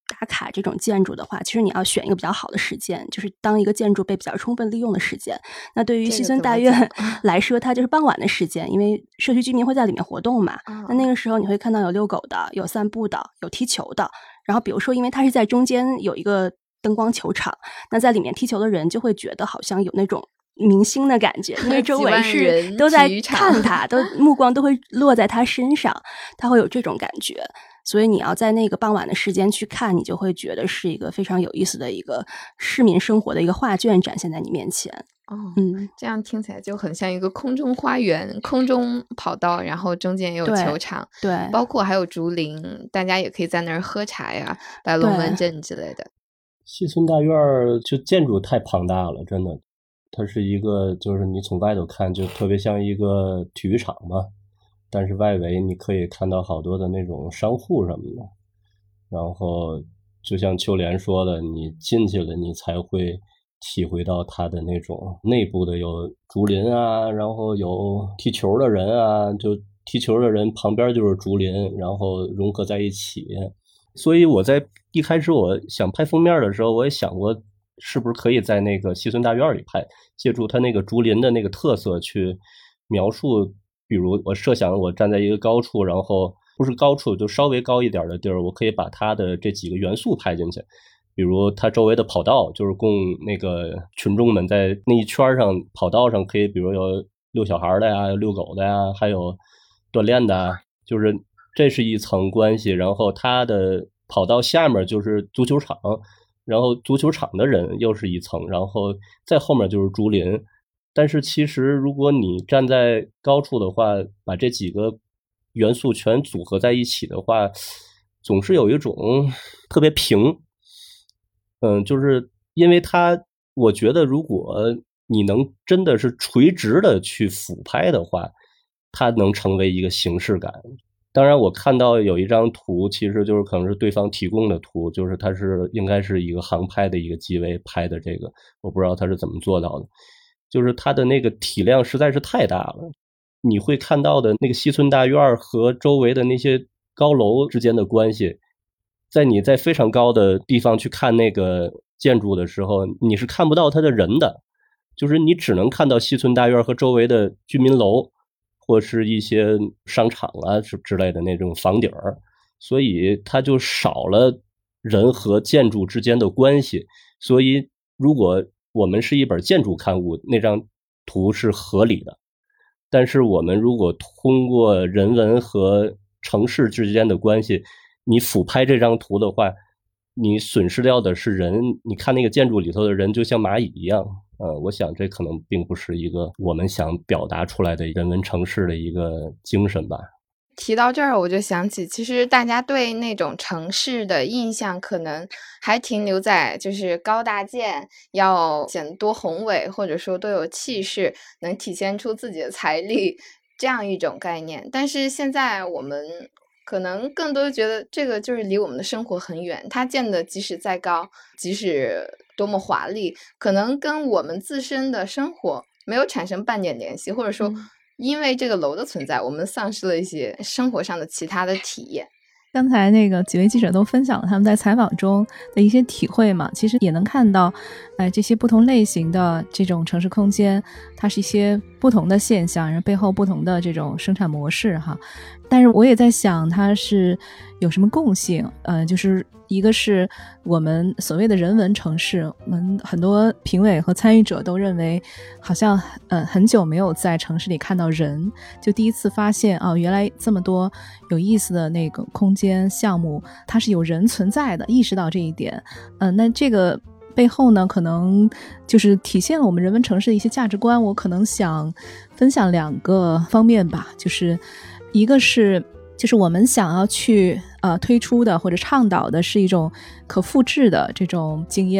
打卡这种建筑的话，其实你要选一个比较好的时间，就是当一个建筑被比较充分利用的时间。那对于西村大院来说，它就是傍晚的时间，因为社区居民会在里面活动嘛。那那个时候你会看到有遛狗的，有散步的，有踢球的。然后比如说，因为它是在中间有一个灯光球场，那在里面踢球的人就会觉得好像有那种明星的感觉，因为周围是都在看他，都目光都会落在他身上，他会有这种感觉。所以你要在那个傍晚的时间去看，你就会觉得是一个非常有意思的一个市民生活的一个画卷展现在你面前。 哦， 嗯， 这样听起来就很像一个空中花园，空中跑道，然后中间也有球场， 对，对包括还有竹林，大家也可以在那儿喝茶呀，摆龙门阵之类的。 西村大院就建筑太庞大了，真的，它是一个就是你从外头看就特别像一个体育场嘛，但是外围你可以看到好多的那种商户什么的，然后就像秋莲说的，你进去了你才会体会到它的那种内部的有竹林啊，然后有踢球的人啊，就踢球的人旁边就是竹林，然后融合在一起。所以我在一开始我想拍封面的时候，我也想过是不是可以在那个西村大院里拍，借助它那个竹林的那个特色去描述，比如我设想我站在一个高处，然后不是高处就稍微高一点的地儿，我可以把它的这几个元素拍进去，比如它周围的跑道，就是供那个群众们在那一圈上跑道上可以比如有遛小孩的呀，遛狗的呀，还有锻炼的，就是这是一层关系。然后它的跑道下面就是足球场，然后足球场的人又是一层，然后在后面就是竹林。但是其实如果你站在高处的话，把这几个元素全组合在一起的话，总是有一种特别平。嗯，就是因为它，我觉得如果你能真的是垂直的去俯拍的话，它能成为一个形式感。当然我看到有一张图，其实就是可能是对方提供的图，就是它是应该是一个航拍的一个机位拍的这个，我不知道它是怎么做到的，就是它的那个体量实在是太大了，你会看到的那个西村大院和周围的那些高楼之间的关系，在你在非常高的地方去看那个建筑的时候，你是看不到它的人的，就是你只能看到西村大院和周围的居民楼或是一些商场啊之类的那种房顶儿，所以它就少了人和建筑之间的关系。所以如果我们是一本建筑刊物，那张图是合理的，但是我们如果通过人文和城市之间的关系，你俯拍这张图的话，你损失掉的是人，你看那个建筑里头的人就像蚂蚁一样。呃，我想这可能并不是一个我们想表达出来的人文城市的一个精神吧。 提到这儿我就想起，其实大家对那种城市的印象可能还停留在就是高大建，要显得多宏伟，或者说多有气势，能体现出自己的财力，这样一种概念。但是现在我们可能更多觉得这个就是离我们的生活很远，它建的即使再高，即使多么华丽，可能跟我们自身的生活没有产生半点联系，或者说因为这个楼的存在，我们丧失了一些生活上的其他的体验。 刚才那个几位记者都分享了他们在采访中的一些体会嘛，其实也能看到呃，这些不同类型的这种城市空间，它是一些不同的现象，然后背后不同的这种生产模式哈。但是我也在想它是有什么共性，呃，就是一个是我们所谓的人文城市，我们很多评委和参与者都认为好像呃很久没有在城市里看到人，就第一次发现啊、哦，原来这么多有意思的那个空间项目它是有人存在的，意识到这一点。嗯、呃，那这个背后呢可能就是体现了我们人文城市的一些价值观。我可能想分享两个方面吧，就是一个是就是我们想要去呃推出的或者倡导的是一种可复制的这种经验，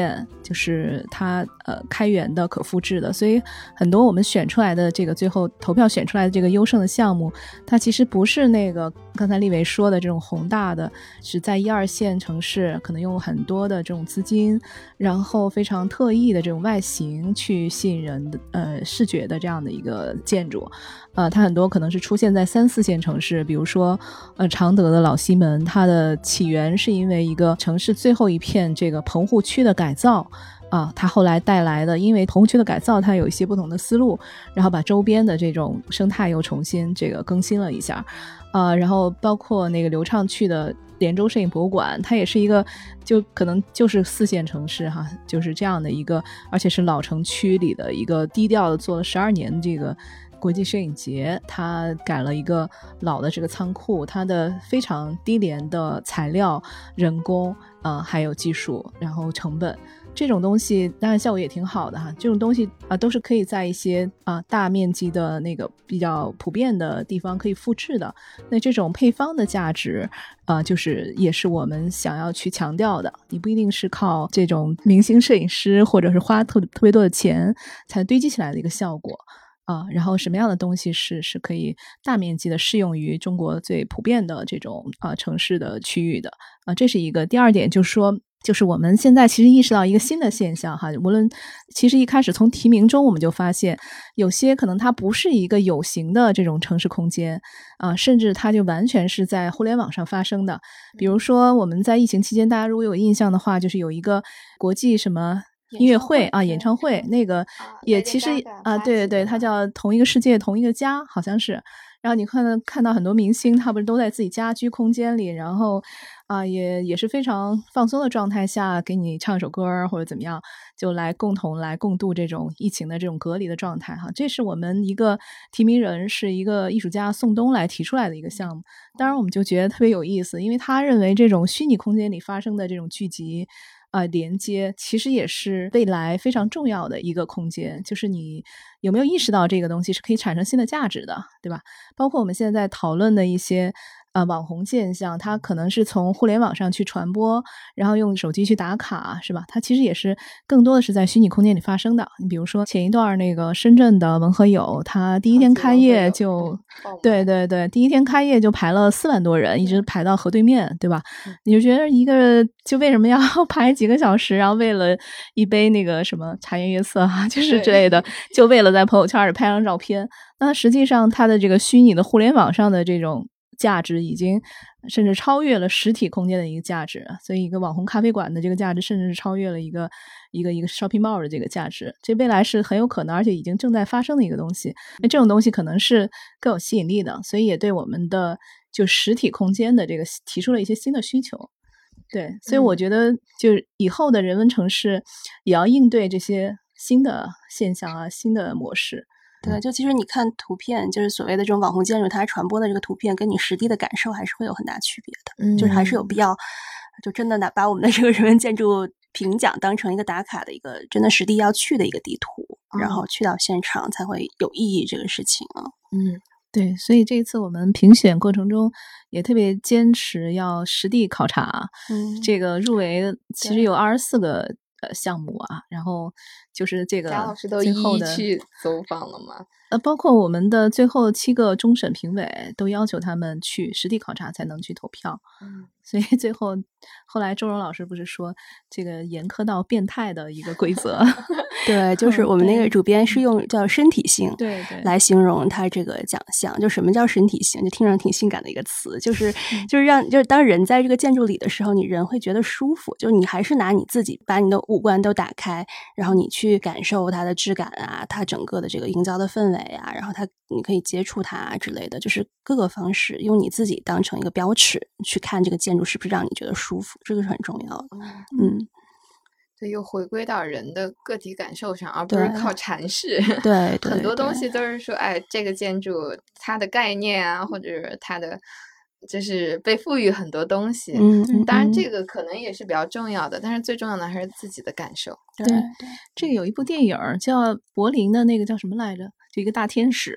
就是它呃开源的、可复制的，所以很多我们选出来的这个最后投票选出来的这个优胜的项目，它其实不是那个刚才立伟说的这种宏大的，是在一二线城市可能用很多的这种资金，然后非常特异的这种外形去吸引人的呃视觉的这样的一个建筑，呃，它很多可能是出现在三四线城市，比如说呃常德的老西门，它的起源是因为一个城市最后一片这个棚户区的改造。啊，它后来带来的，因为棚户区的改造，它有一些不同的思路，然后把周边的这种生态又重新这个更新了一下，啊，然后包括那个流畅去的连州摄影博物馆，它也是一个就可能就是四线城市哈，就是这样的一个，而且是老城区里的一个低调的做了十二年这个国际摄影节，它改了一个老的这个仓库，它的非常低廉的材料、人工啊、呃，还有技术，然后成本。这种东西当然效果也挺好的哈，这种东西啊、呃、都是可以在一些啊、呃、大面积的那个比较普遍的地方可以复制的。那这种配方的价值啊、呃，就是也是我们想要去强调的。你不一定是靠这种明星摄影师或者是花特特别多的钱才堆积起来的一个效果啊、呃。然后什么样的东西是是可以大面积的适用于中国最普遍的这种啊、呃、城市的区域的啊、呃，这是一个。第二点就是说。就是我们现在其实意识到一个新的现象哈，无论其实一开始从提名中我们就发现，有些可能它不是一个有形的这种城市空间啊、呃，甚至它就完全是在互联网上发生的。比如说我们在疫情期间，大家如果有印象的话，就是有一个国际什么音乐会啊，演唱会，那个也其实啊，对对对，它叫同一个世界同一个家，好像是。然后你看到看到很多明星，他不是都在自己家居空间里，然后啊、呃、也也是非常放松的状态下给你唱一首歌或者怎么样，就来共同来共度这种疫情的这种隔离的状态哈。这是我们一个提名人是一个艺术家宋冬来提出来的一个项目，当然我们就觉得特别有意思，因为他认为这种虚拟空间里发生的这种聚集啊、呃，连接其实也是未来非常重要的一个空间，就是你有没有意识到这个东西是可以产生新的价值的，对吧？包括我们现在讨论的一些呃网红现象，它可能是从互联网上去传播，然后用手机去打卡，是吧？它其实也是更多的是在虚拟空间里发生的。你比如说前一段那个深圳的文和友，它第一天开业就，对对对，第一天开业就排了四万多人，一直排到河对面，对吧？你就觉得一个就为什么要排几个小时，然后为了一杯那个什么茶颜悦色啊，就是之类的，就为了在朋友圈里拍张照片。那实际上它的这个虚拟的互联网上的这种价值已经甚至超越了实体空间的一个价值，所以一个网红咖啡馆的这个价值甚至是超越了一个一个一个 shopping mall 的这个价值，这未来是很有可能而且已经正在发生的一个东西。那这种东西可能是更有吸引力的，所以也对我们的就实体空间的这个提出了一些新的需求。对，所以我觉得就是以后的人文城市也要应对这些新的现象啊，新的模式。 对，就其实你看图片，就是所谓的这种网红建筑，它传播的这个图片跟你实地的感受还是会有很大区别的，嗯、就是还是有必要，就真的拿把我们的这个人文建筑评奖当成一个打卡的一个真的实地要去的一个地图，嗯、然后去到现场才会有意义这个事情啊。 嗯，对，所以这一次我们评选过程中也特别坚持要实地考察，嗯，这个入围其实有二十四个。呃，项目啊，然后就是这个贾老师都一一去走访了吗？ 呃，包括我们的最后七个终审评委都要求他们去实地考察才能去投票。嗯，所以最后后来周荣老师不是说这个严苛到变态的一个规则？ 对，就是我们那个主编是用叫身体性对对来形容他这个奖项。就什么叫身体性？就听上挺性感的一个词，就是就是让就是当人在这个建筑里的时候，你人会觉得舒服，就是你还是拿你自己把你的五官都打开，然后你去感受它的质感啊，它整个的这个营造的氛围啊，然后它你可以接触它啊之类的，就是各个方式用你自己当成一个标尺去看这个建筑是不是让你觉得舒服，这个是很重要的。嗯， 对，又回归到人的个体感受上，而不是靠阐释。 对，对很多东西都是说，哎，这个建筑它的概念啊，或者它的就是被赋予很多东西。嗯，嗯当然这个可能也是比较重要的，但是最重要的还是自己的感受。 对，对这个有一部电影叫柏林的那个叫什么来着？就一个大天使。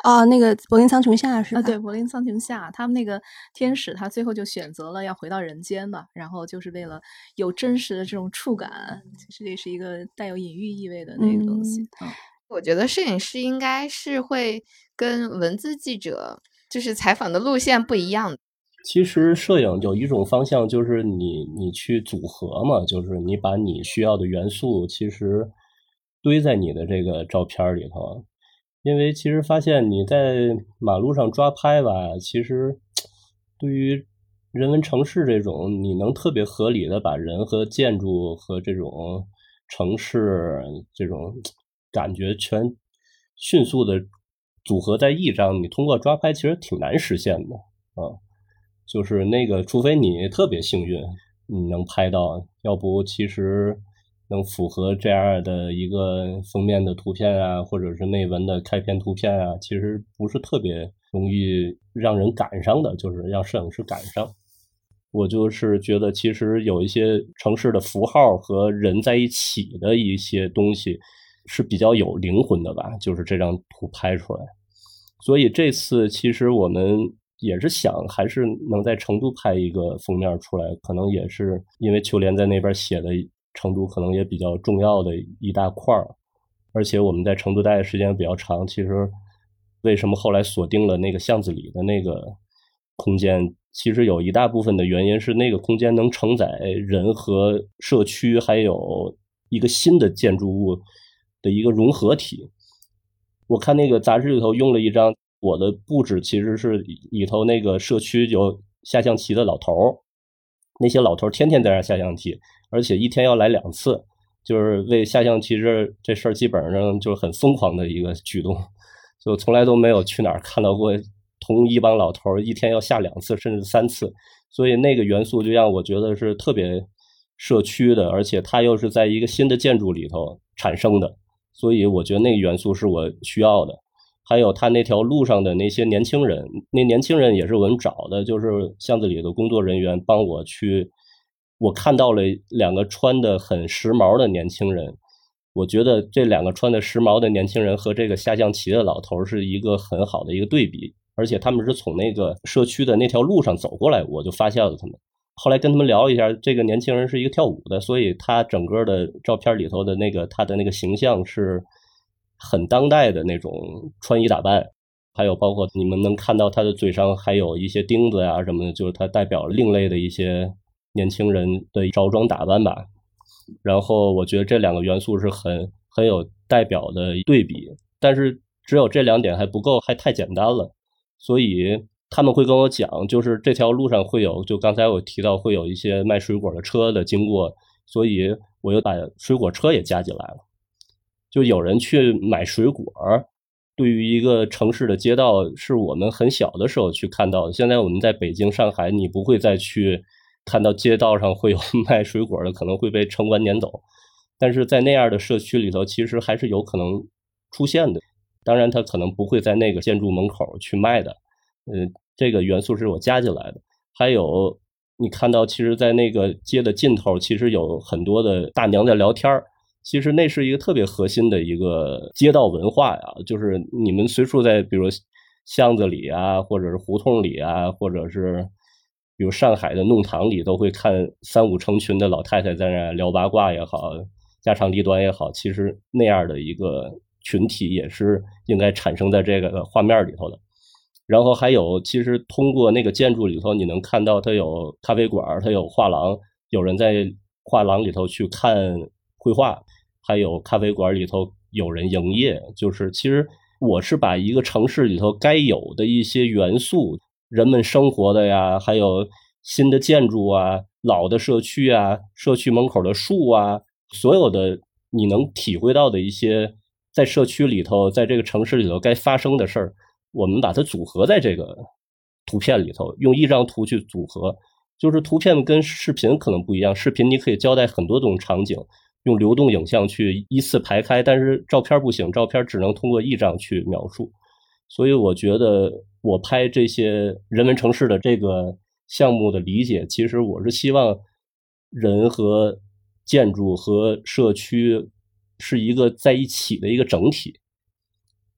哦，那个柏林苍穹下是吧？ 啊，对，柏林苍穹下，他们那个天使他最后就选择了要回到人间嘛，然后就是为了有真实的这种触感，其实这是一个带有隐喻意味的那个东西。嗯， 嗯我觉得摄影师应该是会跟文字记者就是采访的路线不一样的。 其实摄影有一种方向，就是你你去组合嘛，就是你把你需要的元素其实堆在你的这个照片里头。因为其实发现你在马路上抓拍吧，其实对于人文城市这种，你能特别合理的把人和建筑和这种城市这种感觉全迅速的组合在一张，你通过抓拍其实挺难实现的啊。就是那个，除非你特别幸运，你能拍到，要不其实能符合这样的一个封面的图片啊，或者是内文的开篇图片啊，其实不是特别容易让人赶上的，就是让摄影师赶上。我就是觉得其实有一些城市的符号和人在一起的一些东西是比较有灵魂的吧，就是这张图拍出来。所以这次其实我们也是想还是能在成都拍一个封面出来，可能也是因为秋莲在那边写的成都可能也比较重要的一大块儿，而且我们在成都待的时间比较长，其实为什么后来锁定了那个巷子里的那个空间，其实有一大部分的原因是那个空间能承载人和社区还有一个新的建筑物的一个融合体。我看那个杂志里头用了一张我的布置，其实是里头那个社区有下象棋的老头，那些老头天天在那下象棋，而且一天要来两次，就是为下象棋这这事儿基本上就是很疯狂的一个举动，就从来都没有去哪儿看到过同一帮老头一天要下两次甚至三次，所以那个元素就让我觉得是特别社区的，而且它又是在一个新的建筑里头产生的，所以我觉得那个元素是我需要的。还有他那条路上的那些年轻人，那年轻人也是我们找的，就是巷子里的工作人员帮我去，我看到了两个穿的很时髦的年轻人，我觉得这两个穿的时髦的年轻人和这个下象棋的老头是一个很好的一个对比，而且他们是从那个社区的那条路上走过来，我就发现了他们。后来跟他们聊一下，这个年轻人是一个跳舞的，所以他整个的照片里头的那个他的那个形象是很当代的那种穿衣打扮，还有包括你们能看到他的嘴上还有一些钉子啊什么的，就是他代表另类的一些年轻人的着装打扮吧。然后我觉得这两个元素是很很有代表的对比，但是只有这两点还不够，还太简单了。所以他们会跟我讲，就是这条路上会有，就刚才我提到会有一些卖水果的车的经过，所以我又把水果车也加进来了。就有人去买水果，对于一个城市的街道是我们很小的时候去看到的，现在我们在北京上海你不会再去看到街道上会有卖水果的，可能会被城管撵走，但是在那样的社区里头其实还是有可能出现的，当然他可能不会在那个建筑门口去卖的，呃，这个元素是我加进来的。还有你看到其实在那个街的尽头其实有很多的大娘在聊天，其实那是一个特别核心的一个街道文化呀，就是你们随处在比如巷子里啊，或者是胡同里啊，或者是比如上海的弄堂里都会看三五成群的老太太在那聊八卦也好，家长里短也好，其实那样的一个群体也是应该产生在这个画面里头的。然后还有其实通过那个建筑里头你能看到它有咖啡馆，它有画廊，有人在画廊里头去看绘画，还有咖啡馆里头有人营业，就是其实我是把一个城市里头该有的一些元素，人们生活的呀，还有新的建筑啊，老的社区啊，社区门口的树啊，所有的你能体会到的一些在社区里头，在这个城市里头该发生的事儿，我们把它组合在这个图片里头，用一张图去组合。就是图片跟视频可能不一样，视频你可以交代很多种场景，用流动影像去依次排开，但是照片不行，照片只能通过一张去描述。所以我觉得我拍这些人文城市的这个项目的理解，其实我是希望人和建筑和社区是一个在一起的一个整体，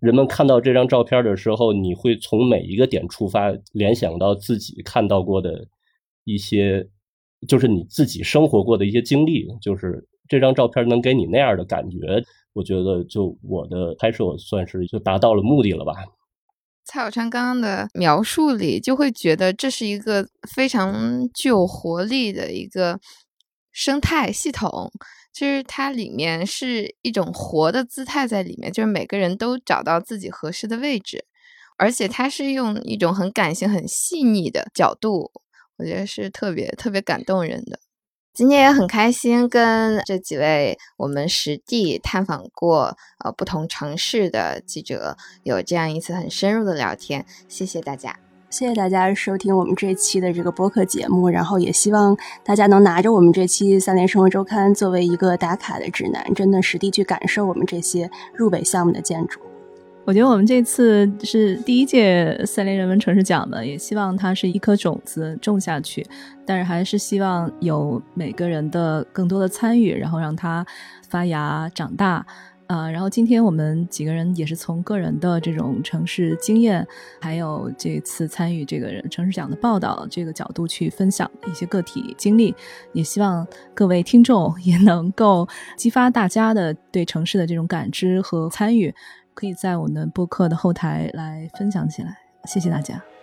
人们看到这张照片的时候，你会从每一个点出发，联想到自己看到过的一些，就是你自己生活过的一些经历，就是这张照片能给你那样的感觉，我觉得就我的拍摄算是就达到了目的了吧。 蔡小川刚刚的描述里，就会觉得这是一个非常具有活力的一个生态系统，就是它里面是一种活的姿态在里面，就是每个人都找到自己合适的位置，而且它是用一种很感性很细腻的角度，我觉得是特别特别感动人的。今天也很开心跟这几位我们实地探访过呃不同城市的记者有这样一次很深入的聊天，谢谢大家。 谢谢大家收听我们这期的这个播客节目，然后也希望大家能拿着我们这期三联生活周刊作为一个打卡的指南，真的实地去感受我们这些入北项目的建筑。 我觉得我们这次是第一届三联人文城市奖的，也希望它是一颗种子种下去，但是还是希望有每个人的更多的参与，然后让它发芽长大。呃，然后今天我们几个人也是从个人的这种城市经验，还有这次参与这个城市奖的报道这个角度去分享一些个体经历，也希望各位听众也能够激发大家的对城市的这种感知和参与，可以在我们播客的后台来分享起来。谢谢大家。